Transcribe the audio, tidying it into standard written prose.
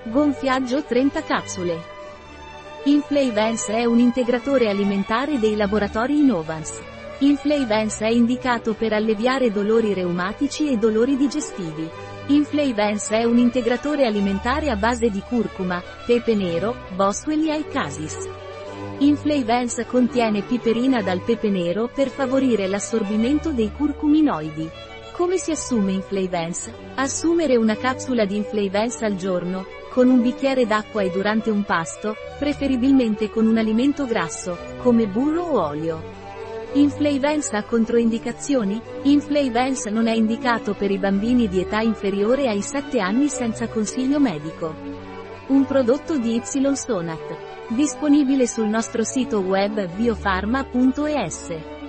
Gonfiaggio 30 capsule. Inflavens è un integratore alimentare dei laboratori Innovans. Inflavens è indicato per alleviare dolori reumatici e dolori digestivi. Inflavens è un integratore alimentare a base di curcuma, pepe nero, boswellia e casis. Inflavens contiene piperina dal pepe nero per favorire l'assorbimento dei curcuminoidi. Come si assume Inflavens? Assumere una capsula di Inflavens al giorno, con un bicchiere d'acqua e durante un pasto, preferibilmente con un alimento grasso, come burro o olio. Inflavens ha controindicazioni? Inflavens non è indicato per i bambini di età inferiore ai 7 anni senza consiglio medico. Un prodotto di Ysonat. Disponibile sul nostro sito web biofarma.es.